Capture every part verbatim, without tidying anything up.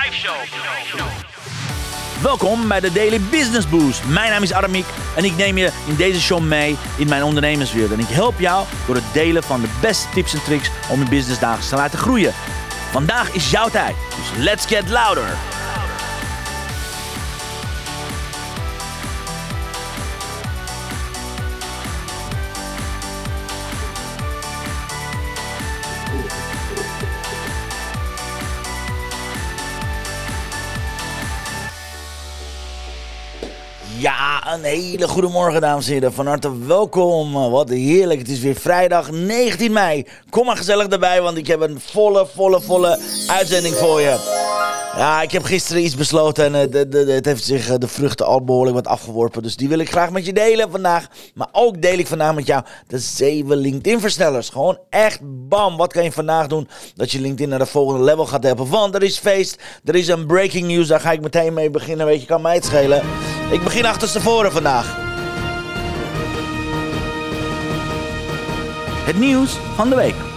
Welkom bij de Daily Business Boost. Mijn naam is Aramik en ik neem je in deze show mee in mijn ondernemerswereld. En ik help jou door het delen van de beste tips en tricks om je business dagelijks te laten groeien. Vandaag is jouw tijd, dus let's get louder. Ja, een hele goede morgen, dames en heren. Van harte welkom. Wat heerlijk. Het is weer vrijdag negentien mei. Kom maar gezellig erbij, want ik heb een volle, volle, volle uitzending voor je. Ja, ik heb gisteren iets besloten en uh, de, de, de, het heeft zich uh, de vruchten al behoorlijk wat afgeworpen. Dus die wil ik graag met je delen vandaag. Maar ook deel ik vandaag met jou de zeven LinkedIn-versnellers. Gewoon echt bam. Wat kan je vandaag doen dat je LinkedIn naar de volgende level gaat helpen? Want er is feest. Er is een breaking news. Daar ga ik meteen mee beginnen. Weet je, kan mij het schelen. Ik begin achterstevoren vandaag. Het nieuws van de week.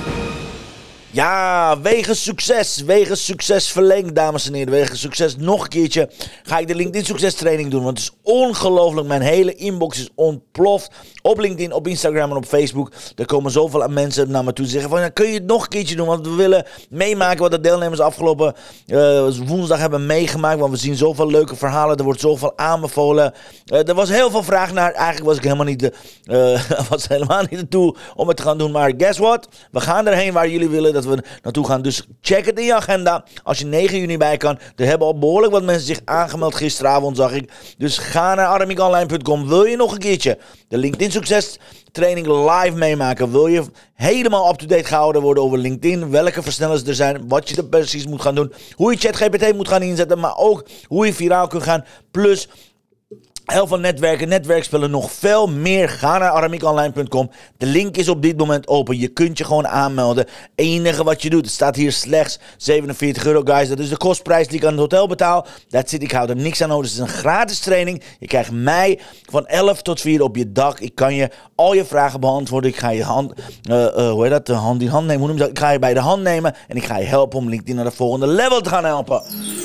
Ja, wegens succes, wegens succes verlengd, dames en heren. Wegens succes nog een keertje ga ik de LinkedIn Succes Training doen. Want het is ongelooflijk, mijn hele inbox is ontploft. Op LinkedIn, op Instagram en op Facebook. Er komen zoveel mensen naar me toe te zeggen van, ja, kun je het nog een keertje doen? Want we willen meemaken wat de deelnemers afgelopen uh, woensdag hebben meegemaakt. Want we zien zoveel leuke verhalen, er wordt zoveel aanbevolen. Uh, er was heel veel vraag naar, eigenlijk was ik helemaal niet, de, uh, was helemaal niet ertoe om het te gaan doen. Maar guess what? We gaan erheen waar jullie willen dat we naartoe gaan. Dus check het in je agenda. Als je negen juni bij kan. Er hebben al behoorlijk wat mensen zich aangemeld gisteravond, zag ik. Dus ga naar aramik online punt com. Wil je nog een keertje de LinkedIn Succes Training live meemaken? Wil je helemaal up-to-date gehouden worden over LinkedIn? Welke versnellers er zijn? Wat je er precies moet gaan doen? Hoe je ChatGPT moet gaan inzetten? Maar ook hoe je viraal kunt gaan. Plus heel veel netwerken, netwerkspellen, nog veel meer. Ga naar aramik online punt com. De link is op dit moment open. Je kunt je gewoon aanmelden. Enige wat je doet, het staat hier slechts zevenenveertig euro, guys. Dat is de kostprijs die ik aan het hotel betaal. That's it, ik hou er niks aan over. Het is een gratis training. Je krijgt mij van elf tot vier op je dak. Ik kan je al je vragen beantwoorden. Ik ga je hand, uh, uh, hoe heet dat, de hand in hand nemen. Hoe noem je dat? Ik ga je bij de hand nemen en ik ga je helpen om LinkedIn naar de volgende level te gaan helpen.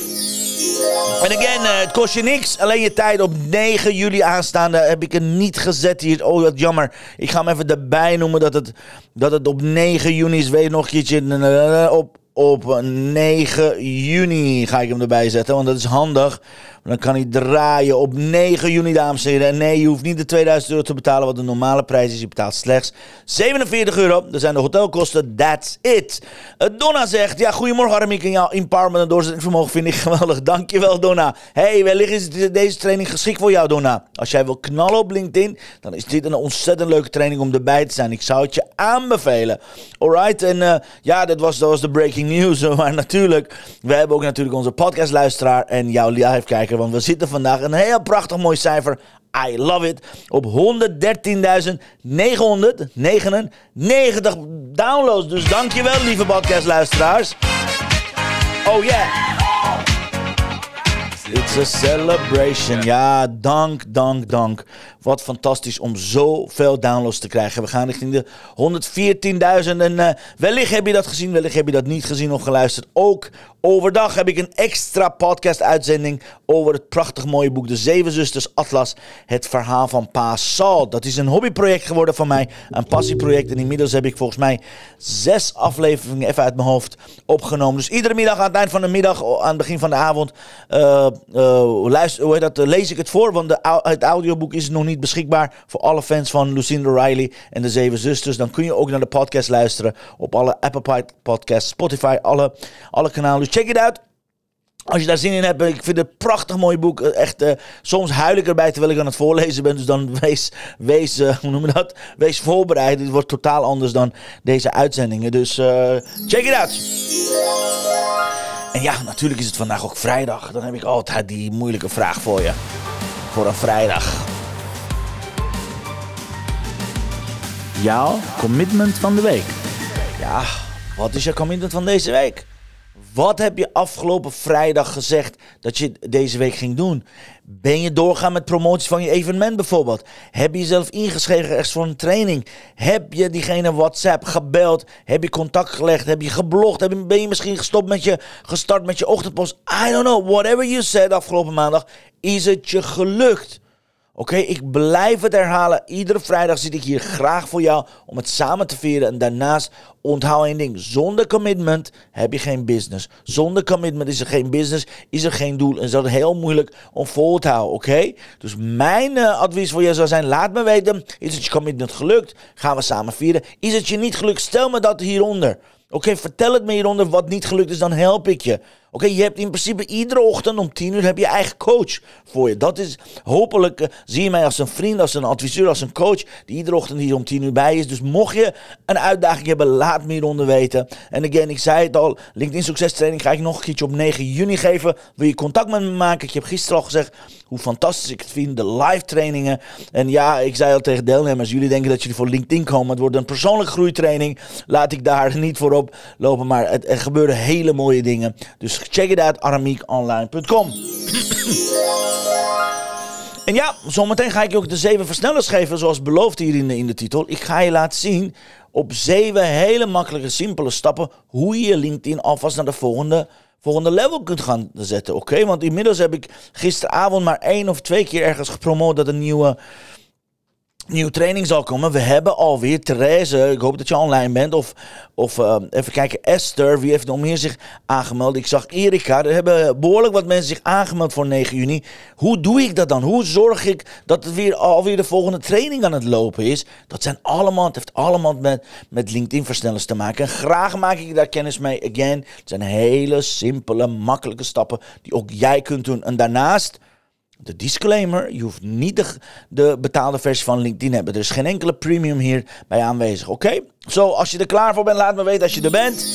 En again, uh, het kost je niks. Alleen je tijd. Op negen juli aanstaande heb ik er niet gezet hier. Oh, wat jammer. Ik ga hem even erbij noemen dat het, dat het op negen juni is. Weet je nog een keertje. Uh, op, op negen juni ga ik hem erbij zetten. Want dat is handig. Dan kan hij draaien op negen juni, dames en heren. En nee, je hoeft niet de tweeduizend euro te betalen wat de normale prijs is. Je betaalt slechts zevenenveertig euro. Dat zijn de hotelkosten. That's it. Uh, Donna zegt, ja, goedemorgen Aramik. En jouw empowerment en doorzettingsvermogen vind ik geweldig. Dankjewel, Donna. Hey, wellicht is deze training geschikt voor jou, Donna. Als jij wil knallen op LinkedIn, dan is dit een ontzettend leuke training om erbij te zijn. Ik zou het je aanbevelen. Alright, en uh, ja, dat was, dat was de breaking news. Maar natuurlijk, we hebben ook natuurlijk onze podcastluisteraar en jouw live kijker. Want we zitten vandaag een heel prachtig mooi cijfer. I love it. Op honderddertienduizend negenhonderdnegenennegentig downloads. Dus dankjewel, lieve podcastluisteraars. Oh yeah. It's a celebration. Ja, dank, dank, dank. Wat fantastisch om zoveel downloads te krijgen. We gaan richting de honderdveertienduizend. En uh, wellicht heb je dat gezien, wellicht heb je dat niet gezien of geluisterd. Ook overdag heb ik een extra podcast-uitzending over het prachtig mooie boek De Zeven Zusters Atlas. Het verhaal van Pa Saul. Dat is een hobbyproject geworden van mij. Een passieproject. En inmiddels heb ik volgens mij zes afleveringen even uit mijn hoofd opgenomen. Dus iedere middag aan het eind van de middag, aan het begin van de avond, uh, uh, luister, hoe heet dat, uh, lees ik het voor. Want de, het audioboek is nog niet beschikbaar voor alle fans van Lucinda Riley en De Zeven Zusters. Dan kun je ook naar de podcast luisteren op alle Apple Podcasts, Spotify, alle, alle kanalen. Dus check it out. Als je daar zin in hebt, ik vind het een prachtig mooi boek. Echt, uh, soms huil ik erbij terwijl ik aan het voorlezen ben. Dus dan wees, wees uh, hoe noem je dat? Wees voorbereid. Het wordt totaal anders dan deze uitzendingen. Dus uh, check it out. En ja, natuurlijk is het vandaag ook vrijdag. Dan heb ik altijd die moeilijke vraag voor je. Voor een vrijdag. Jouw commitment van de week. Ja, wat is je commitment van deze week? Wat heb je afgelopen vrijdag gezegd dat je deze week ging doen? Ben je doorgaan met promoties van je evenement bijvoorbeeld? Heb je jezelf ingeschreven ergens voor een training? Heb je diegene WhatsApp gebeld? Heb je contact gelegd? Heb je geblogd? Heb je, ben je misschien gestopt met je, gestart met je ochtendpost? I don't know. Whatever you said afgelopen maandag, is het je gelukt? Oké, okay, ik blijf het herhalen. Iedere vrijdag zit ik hier graag voor jou om het samen te vieren. En daarnaast onthoud één ding. Zonder commitment heb je geen business. Zonder commitment is er geen business, is er geen doel. En is dat heel moeilijk om vol te houden, oké? Okay? Dus mijn uh, advies voor je zou zijn, laat me weten. Is het je commitment gelukt? Gaan we samen vieren. Is het je niet gelukt? Stel me dat hieronder. Oké, okay, vertel het me hieronder wat niet gelukt is, dan help ik je. Oké, okay, je hebt in principe iedere ochtend om tien uur heb je eigen coach voor je. Dat is, hopelijk uh, zie je mij als een vriend, als een adviseur, als een coach die iedere ochtend hier om tien uur bij is. Dus mocht je een uitdaging hebben, laat me hieronder weten. En again, ik zei het al, LinkedIn succestraining ga ik nog een keertje op negen juni geven. Wil je contact met me maken? Ik heb gisteren al gezegd hoe fantastisch ik het vind, de live trainingen. En ja, ik zei al tegen deelnemers, jullie denken dat jullie voor LinkedIn komen. Het wordt een persoonlijke groeitraining. Laat ik daar niet voor op lopen, maar het, er gebeuren hele mooie dingen. Dus check it out, aramik online punt com. En ja, zometeen ga ik je ook de zeven versnellers geven, zoals beloofd hier in de, in de titel. Ik ga je laten zien op zeven hele makkelijke, simpele stappen hoe je je LinkedIn alvast naar de volgende, volgende level kunt gaan zetten. Oké, okay? Want inmiddels heb ik gisteravond maar één of twee keer ergens gepromoot dat een nieuwe... nieuwe training zal komen. We hebben alweer Therese, ik hoop dat je online bent, of, of uh, even kijken, Esther, wie heeft nog meer zich aangemeld? Ik zag Erika, er hebben behoorlijk wat mensen zich aangemeld voor negen juni. Hoe doe ik dat dan? Hoe zorg ik dat het weer alweer de volgende training aan het lopen is? Dat zijn allemaal, het heeft allemaal met, met LinkedIn versnellers te maken. En graag maak ik daar kennis mee. Again, het zijn hele simpele, makkelijke stappen die ook jij kunt doen. En daarnaast, de disclaimer, je hoeft niet de, de betaalde versie van LinkedIn te hebben. Er is geen enkele premium hier bij aanwezig, oké? Okay? Zo, als je er klaar voor bent, laat me weten als je er bent.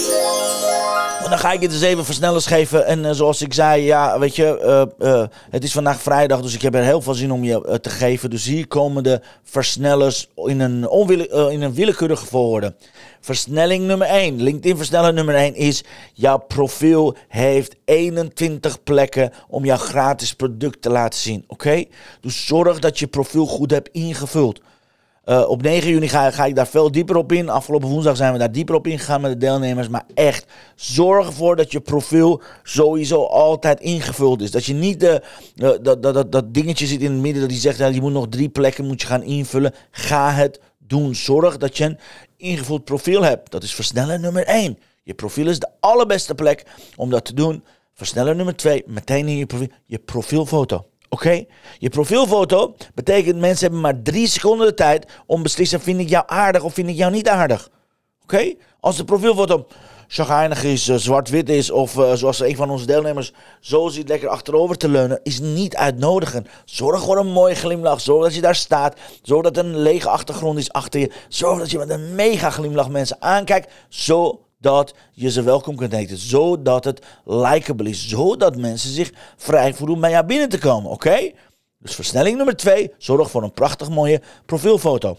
En dan ga ik je dus even versnellers geven. En uh, zoals ik zei, ja, weet je, uh, uh, het is vandaag vrijdag, dus ik heb er heel veel zin om je uh, te geven. Dus hier komen de versnellers in een, onwille, uh, in een willekeurige volgorde. Versnelling nummer één, LinkedIn versneller nummer één is, jouw profiel heeft eenentwintig plekken om jouw gratis product te laten zien, oké? Okay? Dus zorg dat je profiel goed hebt ingevuld. Uh, op negen juni ga, ga ik daar veel dieper op in. Afgelopen woensdag zijn we daar dieper op ingegaan met de deelnemers. Maar echt, zorg ervoor dat je profiel sowieso altijd ingevuld is. Dat je niet de, uh, dat, dat, dat, dat dingetje zit in het midden dat die zegt, ja, je moet nog drie plekken moet je gaan invullen. Ga het doen. Zorg dat je een ingevuld profiel hebt. Dat is versneller nummer één. Je profiel is de allerbeste plek om dat te doen. Versneller nummer twee, meteen in je profiel, je profielfoto. Oké, okay? Je profielfoto betekent mensen hebben maar drie seconden de tijd om te beslissen, vind ik jou aardig of vind ik jou niet aardig. Oké, okay? Als de profielfoto chagrijnig is, uh, zwart-wit is of uh, zoals een van onze deelnemers zo ziet lekker achterover te leunen, is niet uitnodigen. Zorg voor een mooie glimlach, zorg dat je daar staat, zorg dat er een lege achtergrond is achter je, zorg dat je met een mega glimlach mensen aankijkt, zo dat je ze welkom kunt heten, zodat het likable is, zodat mensen zich vrij voelen om bij jou binnen te komen, oké? Okay? Dus versnelling nummer twee, zorg voor een prachtig mooie profielfoto.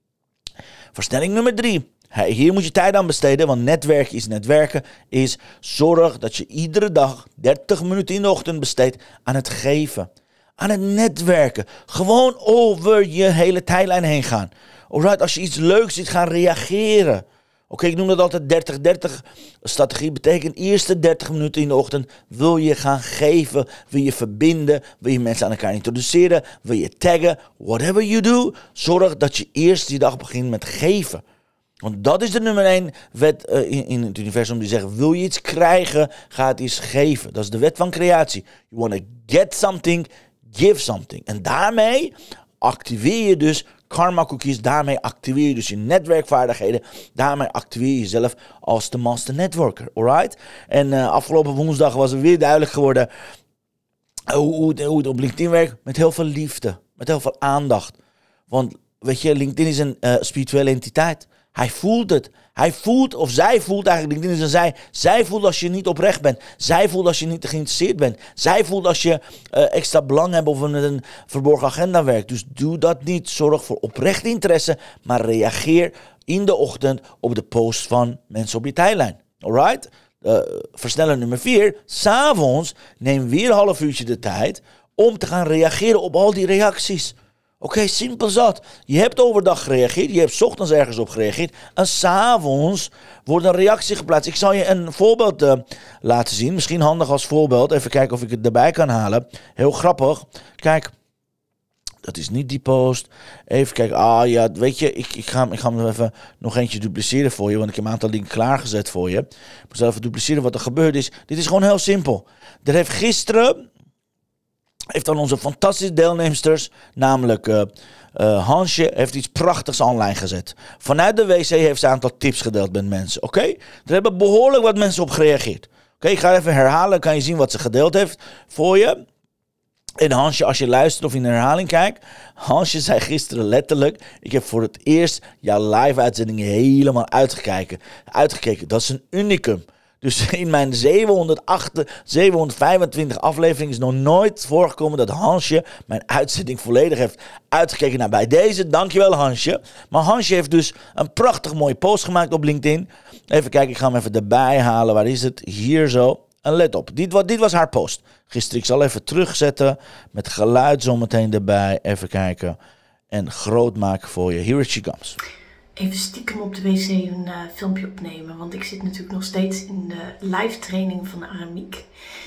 Versnelling nummer drie, hier moet je tijd aan besteden, want netwerken is netwerken, is zorg dat je iedere dag dertig minuten in de ochtend besteedt aan het geven, aan het netwerken. Gewoon over je hele tijdlijn heen gaan. Alright, als je iets leuks ziet, gaan reageren. Oké, okay, ik noem dat altijd dertig dertig strategie. Betekent eerste dertig minuten in de ochtend wil je gaan geven, wil je verbinden, wil je mensen aan elkaar introduceren, wil je taggen, whatever you do. Zorg dat je eerst die dag begint met geven. Want dat is de nummer één wet uh, in, in het universum die zegt, wil je iets krijgen, ga het eens geven. Dat is de wet van creatie. You want to get something, give something. En daarmee activeer je dus karma cookies, daarmee activeer je dus je netwerkvaardigheden. Daarmee activeer je jezelf als de master networker, alright? En uh, afgelopen woensdag was er weer duidelijk geworden uh, hoe, hoe, hoe het op LinkedIn werkt. Met heel veel liefde, met heel veel aandacht. Want weet je, LinkedIn is een uh, spirituele entiteit. Hij voelt het. Hij voelt, of zij voelt eigenlijk, LinkedIn is een zij. Zij voelt als je niet oprecht bent. Zij voelt als je niet geïnteresseerd bent. Zij voelt als je uh, extra belang hebt of met een verborgen agenda werkt. Dus doe dat niet. Zorg voor oprecht interesse, maar reageer in de ochtend op de post van mensen op je tijdlijn. Alright? Uh, versneller nummer vier. 's Avonds neem weer een half uurtje de tijd om te gaan reageren op al die reacties. Oké, okay, simpel zat. Je hebt overdag gereageerd, je hebt 's ochtends ergens op gereageerd. En 's avonds wordt een reactie geplaatst. Ik zal je een voorbeeld uh, laten zien. Misschien handig als voorbeeld. Even kijken of ik het erbij kan halen. Heel grappig. Kijk, dat is niet die post. Even kijken. Ah ja, weet je, ik, ik, ga, ik ga hem even nog eentje dupliceren voor je. Want ik heb een aantal dingen klaargezet voor je. Ik zal even dupliceren wat er gebeurd is. Dit is gewoon heel simpel. Er heeft gisteren... heeft aan onze fantastische deelnemsters, namelijk uh, uh, Hansje, heeft iets prachtigs online gezet. Vanuit de wc heeft ze een aantal tips gedeeld met mensen. Oké? Okay? Er hebben behoorlijk wat mensen op gereageerd. Oké, okay, ik ga even herhalen, kan je zien wat ze gedeeld heeft voor je. En Hansje, als je luistert of in de herhaling kijkt, Hansje zei gisteren letterlijk, ik heb voor het eerst jouw live-uitzendingen helemaal uitgekeken. uitgekeken. Dat is een unicum. Dus in mijn zevenhonderdacht, zevenhonderdvijfentwintig afleveringen is nog nooit voorgekomen dat Hansje mijn uitzending volledig heeft uitgekeken. Nou, bij deze, dankjewel Hansje. Maar Hansje heeft dus een prachtig mooie post gemaakt op LinkedIn. Even kijken, ik ga hem even erbij halen. Waar is het? Hier zo. En let op, dit, dit was haar post. Gisteren, ik zal even terugzetten met geluid zometeen erbij. Even kijken en groot maken voor je. Here she comes. Even stiekem op de wc een uh, filmpje opnemen. Want ik zit natuurlijk nog steeds in de live training van Aramiek.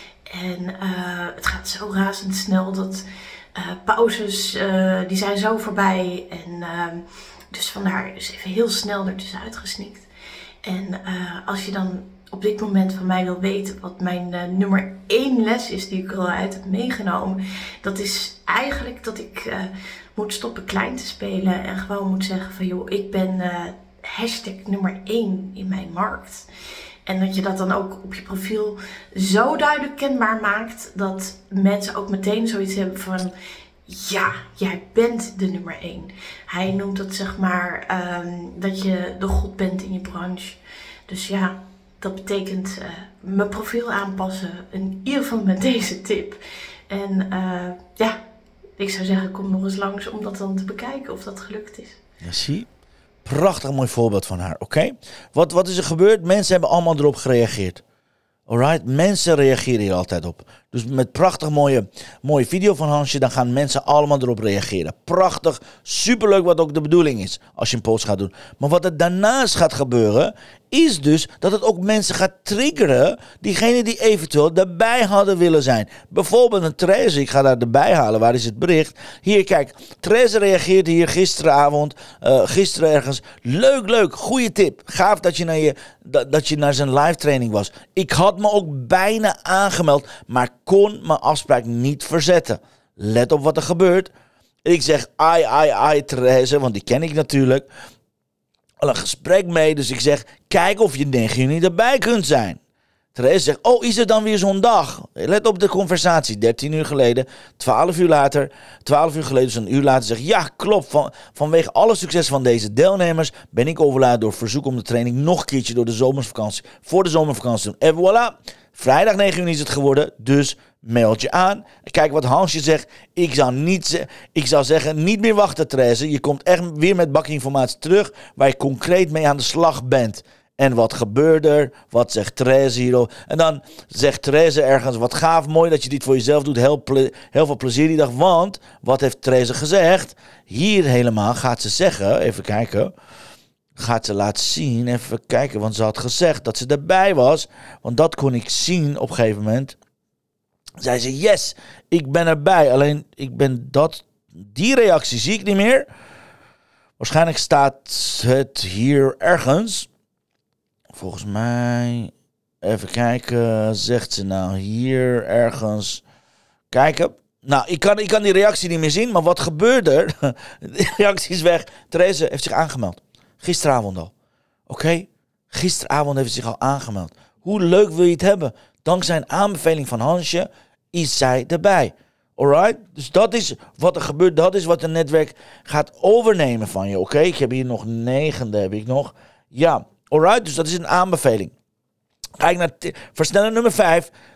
En uh, het gaat zo razendsnel dat uh, pauzes, uh, die zijn zo voorbij. En uh, dus vandaar is even heel snel ertussen uitgesnikt. En uh, als je dan op dit moment van mij wil weten wat mijn uh, nummer één les is die ik er al uit heb meegenomen. Dat is eigenlijk dat ik... Uh, moet stoppen klein te spelen en gewoon moet zeggen van joh, ik ben uh, hashtag nummer één in mijn markt. En dat je dat dan ook op je profiel zo duidelijk kenbaar maakt dat mensen ook meteen zoiets hebben van ja, jij bent de nummer één. Hij noemt dat zeg maar um, dat je de god bent in je branche. Dus ja, dat betekent uh, mijn profiel aanpassen, in ieder geval met deze tip. En uh, ja... ik zou zeggen, kom nog eens langs om dat dan te bekijken of dat gelukt is. Ja, zie. Prachtig mooi voorbeeld van haar, oké? Okay? Wat, wat is er gebeurd? Mensen hebben allemaal erop gereageerd. Alright? Mensen reageren hier altijd op. Dus met prachtig mooie, mooie video van Hansje, dan gaan mensen allemaal erop reageren. Prachtig, superleuk wat ook de bedoeling is als je een post gaat doen. Maar wat er daarnaast gaat gebeuren, is dus dat het ook mensen gaat triggeren, diegenen die eventueel erbij hadden willen zijn. Bijvoorbeeld een Therese, ik ga daar erbij halen, waar is het bericht? Hier, kijk, Therese reageerde hier gisteravond, uh, gisteren ergens. Leuk, leuk, goede tip. Gaaf dat je naar, je, dat, dat je naar zijn live training was. Ik had me ook bijna aangemeld, maar kon mijn afspraak niet verzetten. Let op wat er gebeurt. Ik zeg, ai, ai, ai, Therese, want die ken ik natuurlijk. Al een gesprek mee, dus ik zeg, kijk of je negen juni erbij kunt zijn. Therese zegt, oh, is het dan weer zo'n dag? Let op de conversatie, dertien uur geleden, twaalf uur later, twaalf uur geleden, dus een uur later zeg ja, klopt, van, vanwege alle succes van deze deelnemers ben ik overladen door verzoek om de training nog een keertje door de zomervakantie, voor de zomervakantie te doen. En voilà, vrijdag negen juni is het geworden, dus meld je aan. Kijk wat Hansje zegt, ik zou, niet ze- ik zou zeggen, niet meer wachten Therese, je komt echt weer met bakinformatie terug, waar je concreet mee aan de slag bent. En wat gebeurt er? Wat zegt Therese hierop? En dan zegt Therese ergens, wat gaaf, mooi dat je dit voor jezelf doet. Heel, ple- heel veel plezier die dag. Want, wat heeft Therese gezegd? Hier helemaal gaat ze zeggen, even kijken. Gaat ze laten zien, even kijken. Want ze had gezegd dat ze erbij was. Want dat kon ik zien op een gegeven moment. Zei ze, yes, ik ben erbij. Alleen, ik ben dat, die reactie zie ik niet meer. Waarschijnlijk staat het hier ergens. Volgens mij, even kijken, zegt ze nou hier ergens, kijken. Nou, ik kan, ik kan die reactie niet meer zien, maar wat gebeurde er? De reactie is weg. Therese heeft zich aangemeld. Gisteravond al. Oké, okay? Gisteravond heeft ze zich al aangemeld. Hoe leuk wil je het hebben? Dankzij een aanbeveling van Hansje is zij erbij. Alright? Dus dat is wat er gebeurt, dat is wat het netwerk gaat overnemen van je. Oké, okay? Ik heb hier nog negende, heb ik nog. Ja. Alright, dus dat is een aanbeveling. Ga ik naar t- versneller nummer vijf.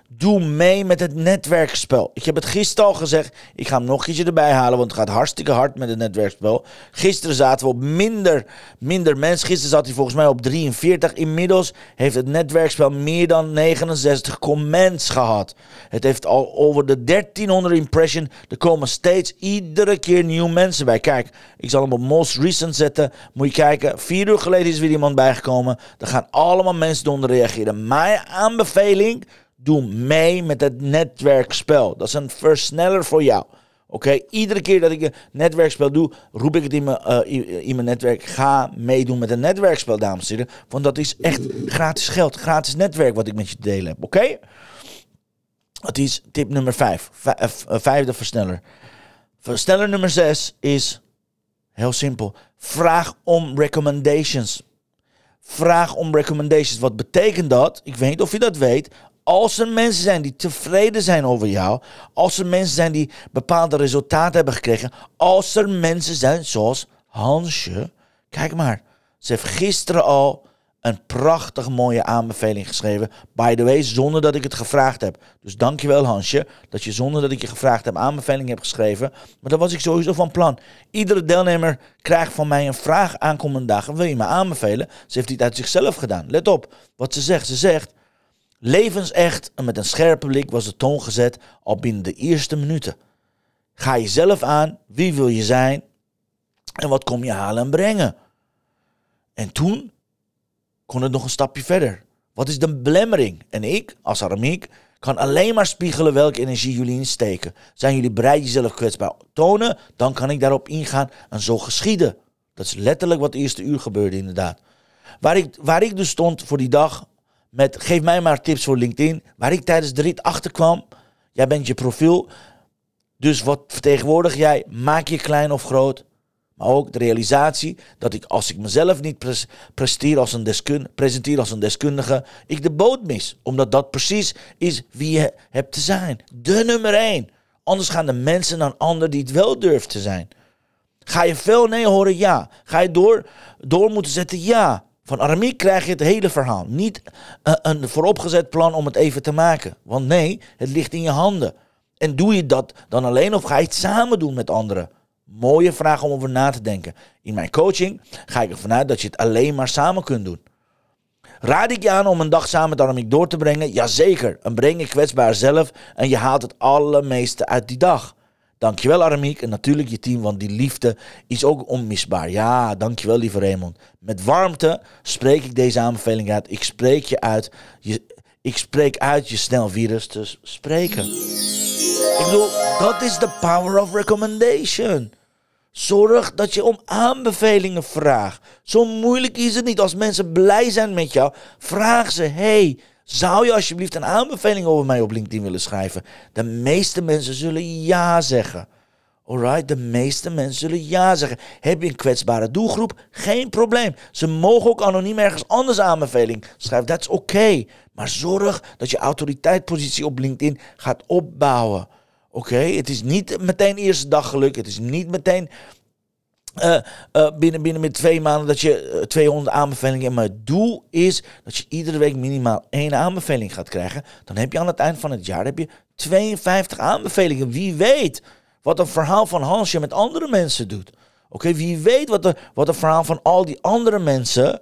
Doe mee met het netwerkspel. Ik heb het gisteren al gezegd. Ik ga hem nog een keertje erbij halen, want het gaat hartstikke hard met het netwerkspel. Gisteren zaten we op minder, minder mensen. Gisteren zat hij volgens mij op drieënveertig. Inmiddels heeft het netwerkspel meer dan negenenzestig comments gehad. Het heeft al over de dertienhonderd impressions. Er komen steeds iedere keer nieuwe mensen bij. Kijk, ik zal hem op most recent zetten. Moet je kijken, vier uur geleden is weer iemand bijgekomen. Er gaan allemaal mensen eronder reageren. Mijn aanbeveling... Doe mee met het netwerkspel. Dat is een versneller voor jou. Oké, okay? Iedere keer dat ik een netwerkspel doe, roep ik het in mijn, uh, in mijn netwerk. Ga meedoen met een netwerkspel, dames en heren. Want dat is echt gratis geld, gratis netwerk wat ik met je te delen heb. Oké? Okay? Het is tip nummer vijf. Vijf, uh, vijfde versneller. Versneller nummer zes is heel simpel. Vraag om recommendations. Vraag om recommendations. Wat betekent dat? Ik weet niet of je dat weet. Als er mensen zijn die tevreden zijn over jou. Als er mensen zijn die bepaalde resultaten hebben gekregen. Als er mensen zijn zoals Hansje. Kijk maar. Ze heeft gisteren al een prachtig mooie aanbeveling geschreven. By the way, zonder dat ik het gevraagd heb. Dus dankjewel Hansje. Dat je zonder dat ik je gevraagd heb aanbeveling hebt geschreven. Maar dat was ik sowieso van plan. Iedere deelnemer krijgt van mij een vraag aankomende dagen. Wil je me aanbevelen? Ze heeft dit uit zichzelf gedaan. Let op wat ze zegt. Ze zegt... Levensecht en met een scherpe blik was de toon gezet al binnen de eerste minuten. Ga jezelf aan, wie wil je zijn en wat kom je halen en brengen. En toen kon het nog een stapje verder. Wat is de belemmering? En ik, als Aramiek, kan alleen maar spiegelen welke energie jullie insteken. Zijn jullie bereid jezelf kwetsbaar tonen, dan kan ik daarop ingaan en zo geschieden. Dat is letterlijk wat het eerste uur gebeurde inderdaad. Waar ik, waar ik dus stond voor die dag... Met geef mij maar tips voor LinkedIn. Waar ik tijdens de rit achter kwam. Jij bent je profiel. Dus wat vertegenwoordig jij? Maak je klein of groot. Maar ook de realisatie dat ik als ik mezelf niet pres- presteer als een deskun- presenteer als een deskundige. Ik de boot mis. Omdat dat precies is wie je hebt te zijn. De nummer één. Anders gaan de mensen naar een ander die het wel durft te zijn. Ga je veel nee horen? Ja. Ga je door, door moeten zetten? Ja. Van Aramiek krijg je het hele verhaal. Niet uh, een vooropgezet plan om het even te maken. Want nee, het ligt in je handen. En doe je dat dan alleen of ga je het samen doen met anderen? Mooie vraag om over na te denken. In mijn coaching ga ik ervan uit dat je het alleen maar samen kunt doen. Raad ik je aan om een dag samen met Aramiek door te brengen? Jazeker. En breng je kwetsbaar zelf en je haalt het allermeeste uit die dag. Dankjewel Aramiek en natuurlijk je team, want die liefde is ook onmisbaar. Ja, dankjewel lieve Raymond. Met warmte spreek ik deze aanbeveling uit. Ik spreek je uit. Je, ik spreek uit je snel virus te spreken. Ik bedoel, dat is de power of recommendation. Zorg dat je om aanbevelingen vraagt. Zo moeilijk is het niet. Als mensen blij zijn met jou, vraag ze, hey, zou je alsjeblieft een aanbeveling over mij op LinkedIn willen schrijven? De meeste mensen zullen ja zeggen. Alright, de meeste mensen zullen ja zeggen. Heb je een kwetsbare doelgroep? Geen probleem. Ze mogen ook anoniem ergens anders aanbeveling schrijven. Dat is oké. Okay. Maar zorg dat je autoriteitspositie op LinkedIn gaat opbouwen. Oké, okay? Het is niet meteen eerste dag geluk. Het is niet meteen uh, uh, binnen, binnen met twee maanden dat je uh, tweehonderd aanbevelingen hebt. Maar het doel is dat je iedere week minimaal één aanbeveling gaat krijgen. Dan heb je aan het eind van het jaar heb je tweeënvijftig aanbevelingen. Wie weet wat een verhaal van Hansje met andere mensen doet. Oké, okay? Wie weet wat, de, wat een verhaal van al die andere mensen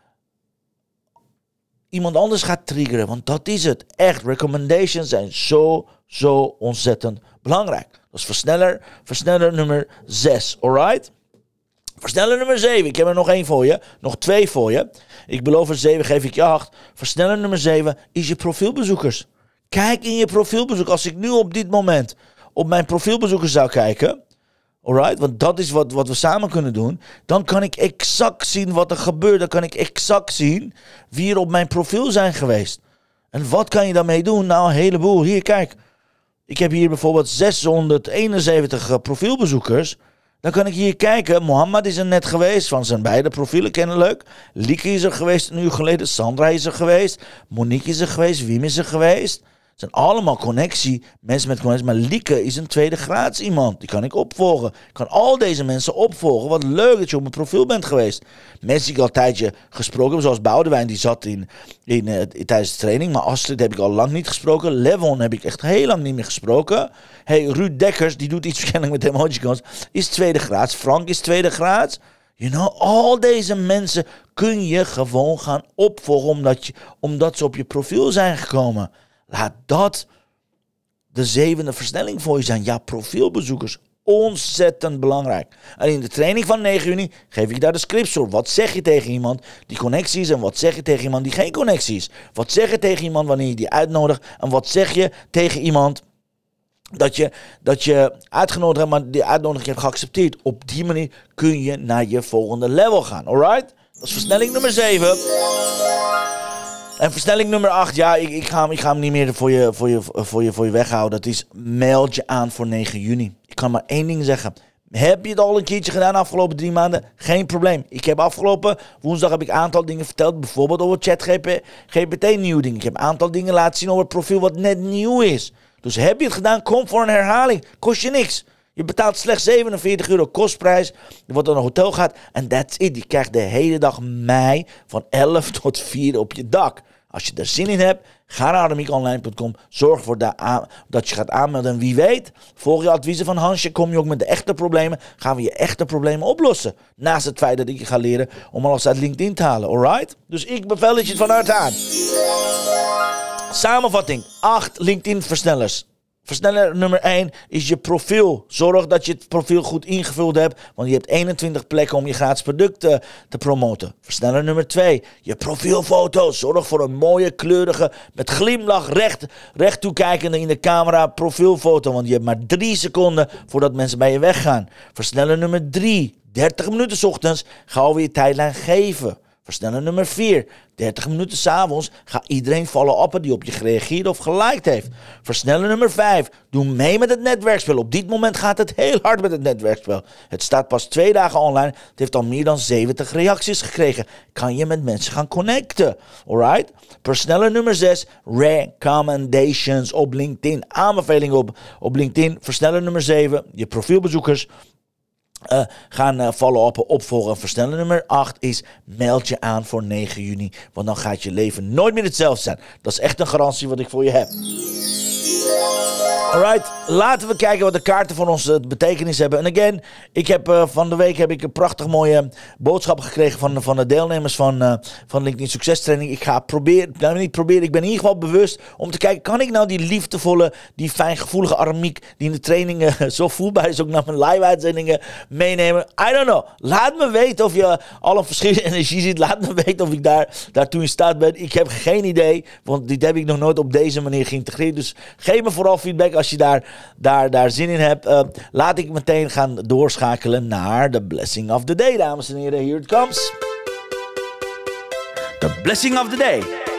iemand anders gaat triggeren. Want dat is het. Echt, recommendations zijn zo, zo ontzettend belangrijk. Dat is versneller, versneller nummer zes. Alright? Versneller nummer zeven. Ik heb er nog één voor je. Nog twee voor je. Ik beloof er zeven, geef ik je acht. Versneller nummer zeven is je profielbezoekers. Kijk in je profielbezoek. Als ik nu op dit moment op mijn profielbezoekers zou kijken, alright, want dat is wat, wat we samen kunnen doen, dan kan ik exact zien wat er gebeurt. Dan kan ik exact zien wie er op mijn profiel zijn geweest. En wat kan je daarmee doen? Nou, een heleboel. Hier, kijk. Ik heb hier bijvoorbeeld zeshonderdeenenzeventig profielbezoekers. Dan kan ik hier kijken. Mohammed is er net geweest, van zijn beide profielen kennelijk. Lieke is er geweest een uur geleden. Sandra is er geweest. Monique is er geweest. Wim is er geweest. Het zijn allemaal connectie, mensen met connectie. Maar Lieke is een tweede graads iemand. Die kan ik opvolgen. Ik kan al deze mensen opvolgen. Wat leuk dat je op mijn profiel bent geweest. Mensen die ik al een tijdje gesproken heb, zoals Boudewijn, die zat in, in, uh, in, tijdens de training. Maar Astrid heb ik al lang niet gesproken. Levon heb ik echt heel lang niet meer gesproken. Hey, Ruud Dekkers, die doet iets waarschijnlijk met emojicons, is tweede graads. Frank is tweede graads. You know, al deze mensen kun je gewoon gaan opvolgen omdat, je, omdat ze op je profiel zijn gekomen. Laat dat de zevende versnelling voor je zijn. Ja, profielbezoekers. Ontzettend belangrijk. En in de training van negen juni geef ik daar de scripts voor. Wat zeg je tegen iemand die connectie is en wat zeg je tegen iemand die geen connectie is? Wat zeg je tegen iemand wanneer je die uitnodigt? En wat zeg je tegen iemand dat je, dat je uitgenodigd hebt, maar die uitnodiging hebt geaccepteerd? Op die manier kun je naar je volgende level gaan. Alright? Dat is versnelling nummer zeven. En versnelling nummer acht, ja, ik, ik, ga hem, ik ga hem niet meer voor je, voor, je, voor, je, voor je weghouden. Dat is, meld je aan voor negen juni. Ik kan maar één ding zeggen. Heb je het al een keertje gedaan de afgelopen drie maanden? Geen probleem. Ik heb afgelopen woensdag heb ik een aantal dingen verteld. Bijvoorbeeld over ChatGPT nieuwe dingen. Ik heb een aantal dingen laten zien over het profiel wat net nieuw is. Dus heb je het gedaan, kom voor een herhaling. Kost je niks. Je betaalt slechts zevenenveertig euro kostprijs. Je wordt naar een hotel gaat. En that's it. Je krijgt de hele dag mei van elf tot vier op je dak. Als je er zin in hebt, ga naar aramik online punt com. Zorg ervoor dat je gaat aanmelden. En wie weet, volg je adviezen van Hansje. Kom je ook met de echte problemen. Gaan we je echte problemen oplossen. Naast het feit dat ik je ga leren om alles uit LinkedIn te halen. Alright? Dus ik bevel het je van harte aan. Samenvatting. acht LinkedIn versnellers. Versneller nummer één is je profiel. Zorg dat je het profiel goed ingevuld hebt, want je hebt eenentwintig plekken om je gratis product te, te promoten. Versneller nummer twee, je profielfoto. Zorg voor een mooie, kleurige, met glimlach, recht, recht toekijkende in de camera profielfoto, want je hebt maar drie seconden voordat mensen bij je weggaan. Versneller nummer drie, dertig minuten 's ochtends, ga we je tijdlijn geven. Versneller nummer vier. dertig minuten 's avonds ga iedereen follow-uppen die op je gereageerd of geliked heeft. Versneller nummer vijf. Doe mee met het netwerkspel. Op dit moment gaat het heel hard met het netwerkspel. Het staat pas twee dagen online. Het heeft al meer dan zeventig reacties gekregen. Kan je met mensen gaan connecten. Alright? Versneller nummer zes. Recommendations op LinkedIn. Aanbevelingen op, op LinkedIn. Versneller nummer zeven. Je profielbezoekers Uh, gaan uh, follow-uppen, opvolgen. Versneller nummer acht is meld je aan voor negen juni. Want dan gaat je leven nooit meer hetzelfde zijn. Dat is echt een garantie wat ik voor je heb. Alright, laten we kijken wat de kaarten voor ons uh, betekenis hebben. En again, ik heb uh, van de week heb ik een prachtig mooie boodschap gekregen van, van de deelnemers van, uh, van LinkedIn Succes Training. Ik ga proberen, nou niet proberen, ik ben in ieder geval bewust om te kijken, kan ik nou die liefdevolle, die fijngevoelige Aramiek die in de trainingen zo voelbaar is, ook naar mijn live uitzendingen meenemen. I don't know. Laat me weten of je al een verschillende energie ziet. Laat me weten of ik daar, daartoe in staat ben. Ik heb geen idee, want dit heb ik nog nooit op deze manier geïntegreerd. Dus geef me vooral feedback als je daar, daar, daar zin in hebt. Uh, laat ik meteen gaan doorschakelen naar de Blessing of the Day, dames en heren. Here it comes. The Blessing of the Day.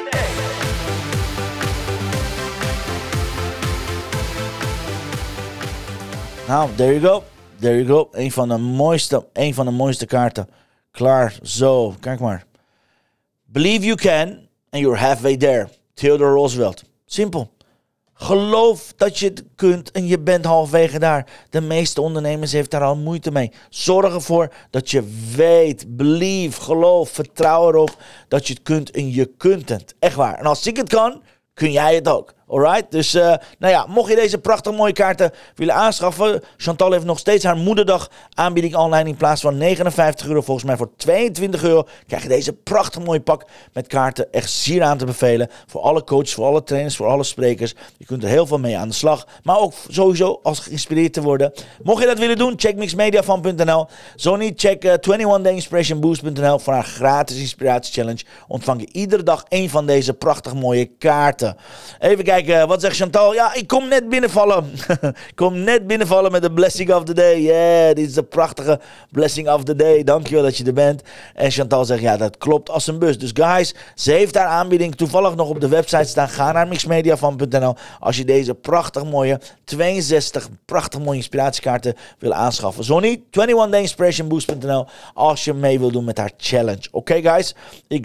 Nou, there you go. There you go. Een van de mooiste, een van de mooiste kaarten. Klaar, zo. Kijk maar. Believe you can and you're halfway there. Theodore Roosevelt. Simpel. Geloof dat je het kunt en je bent halverwege daar. De meeste ondernemers heeft daar al moeite mee. Zorg ervoor dat je weet, believe, geloof, vertrouw erop dat je het kunt en je kunt het. Echt waar. En als ik het kan, kun jij het ook. Alright? Dus, uh, nou ja, mocht je deze prachtig mooie kaarten willen aanschaffen. Chantal heeft nog steeds haar moederdag aanbieding online. In plaats van negenenvijftig euro, volgens mij voor tweeëntwintig euro, krijg je deze prachtig mooie pak met kaarten. Echt zeer aan te bevelen. Voor alle coaches, voor alle trainers, voor alle sprekers. Je kunt er heel veel mee aan de slag. Maar ook sowieso als geïnspireerd te worden. Mocht je dat willen doen, check mixmediafan punt n l. Zo niet, check uh, eenentwintig day inspiration boost punt n l. Voor haar gratis inspiratie challenge ontvang je iedere dag één van deze prachtig mooie kaarten. Even kijken. Kijk, wat zegt Chantal? Ja, ik kom net binnenvallen. ik kom net binnenvallen met de Blessing of the Day. Yeah, dit is de prachtige Blessing of the Day. Dankjewel dat je er bent. En Chantal zegt, ja, dat klopt als een bus. Dus guys, ze heeft haar aanbieding toevallig nog op de website staan. Ga naar mixmediafan punt n l als je deze prachtig mooie tweeënzestig prachtig mooie inspiratiekaarten wil aanschaffen. Zo niet, eenentwintig day inspiration boost punt n l als je mee wil doen met haar challenge. Oké, okay, guys? Ik... Uh,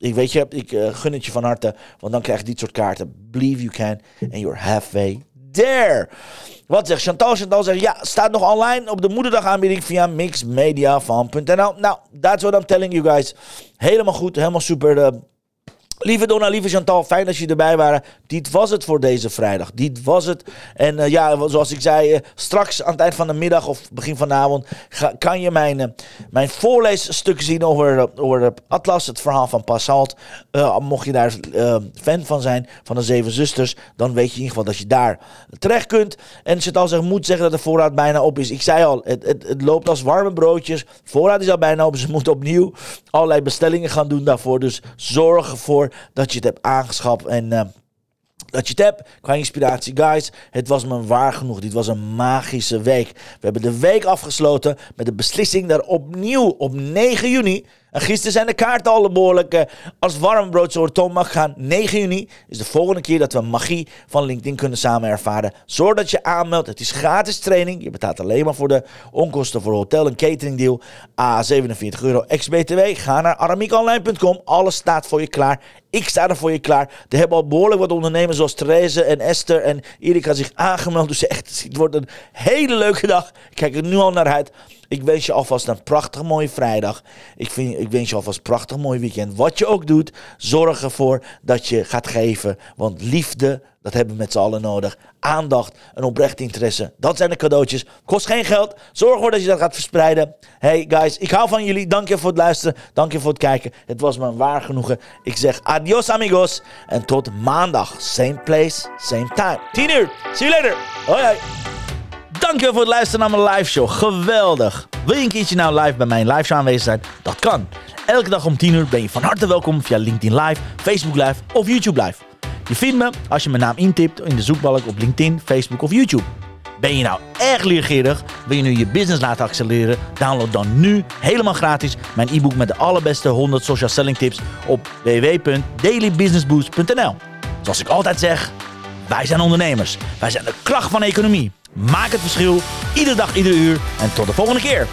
Ik weet je, ik uh, gun het je van harte. Want dan krijg je dit soort kaarten. Believe you can. And you're halfway there. Wat zegt Chantal? Chantal zegt, ja, staat nog online op de moederdag aanbieding via mixmediavan punt n l. Nou, that's what I'm telling you guys. Helemaal goed, helemaal super. Uh, Lieve Donna, lieve Chantal, fijn dat jullie erbij waren. Dit was het voor deze vrijdag. Dit was het. En uh, ja, zoals ik zei, uh, straks aan het eind van de middag of begin van de avond ga, kan je mijn, uh, mijn voorleesstuk zien over, uh, over uh, Atlas, het verhaal van Passalt. Uh, mocht je daar uh, fan van zijn, van de Zeven Zusters, dan weet je in ieder geval dat je daar terecht kunt. En Chantal zegt, moet zeggen dat de voorraad bijna op is. Ik zei al, het, het, het loopt als warme broodjes. Voorraad is al bijna op. Ze moeten opnieuw allerlei bestellingen gaan doen daarvoor. Dus zorg ervoor dat je het hebt aangeschaft en uh, dat je het hebt qua inspiratie. Guys, het was me waar genoeg. Dit was een magische week. We hebben de week afgesloten met de beslissing dat opnieuw op negen juni... En gisteren zijn de kaarten al behoorlijk uh, als warm brood zo toon mag gaan. negen juni is de volgende keer dat we magie van LinkedIn kunnen samen ervaren. Zorg dat je aanmeldt. Het is gratis training. Je betaalt alleen maar voor de onkosten voor hotel en catering deal. A zevenenveertig euro ex-B T W. Ga naar aramiekonline punt com. Alles staat voor je klaar. Ik sta er voor je klaar. Er hebben al behoorlijk wat ondernemers zoals Therese en Esther en Erika zich aangemeld. Dus echt, het wordt een hele leuke dag. Ik kijk er nu al naar uit. Ik wens je alvast een prachtig mooie vrijdag. Ik, vind, ik wens je alvast een prachtig mooi weekend. Wat je ook doet, zorg ervoor dat je gaat geven. Want liefde, dat hebben we met z'n allen nodig. Aandacht en oprecht interesse. Dat zijn de cadeautjes. Kost geen geld. Zorg ervoor dat je dat gaat verspreiden. Hey guys, ik hou van jullie. Dank je voor het luisteren. Dank je voor het kijken. Het was me een waar genoegen. Ik zeg adios amigos. En tot maandag. Same place, same time. tien uur. See you later. Hoi hoi. Dankjewel voor het luisteren naar mijn live show. Geweldig. Wil je een keertje nou live bij mijn live show aanwezig zijn? Dat kan. Elke dag om tien uur ben je van harte welkom via LinkedIn Live, Facebook Live of YouTube Live. Je vindt me als je mijn naam intipt in de zoekbalk op LinkedIn, Facebook of YouTube. Ben je nou erg leergierig? Wil je nu je business laten accelereren? Download dan nu helemaal gratis mijn e-book met de allerbeste honderd social selling tips op w w w punt daily business boost punt n l. Zoals ik altijd zeg, wij zijn ondernemers. Wij zijn de kracht van de economie. Maak het verschil, iedere dag, iedere uur. En tot de volgende keer.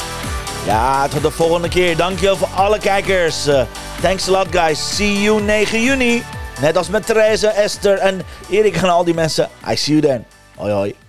Ja, tot de volgende keer. Dankjewel voor alle kijkers. Uh, thanks a lot, guys. See you negen juni. Net als met Therese, Esther en Erik en al die mensen. I see you then. Hoi, hoi.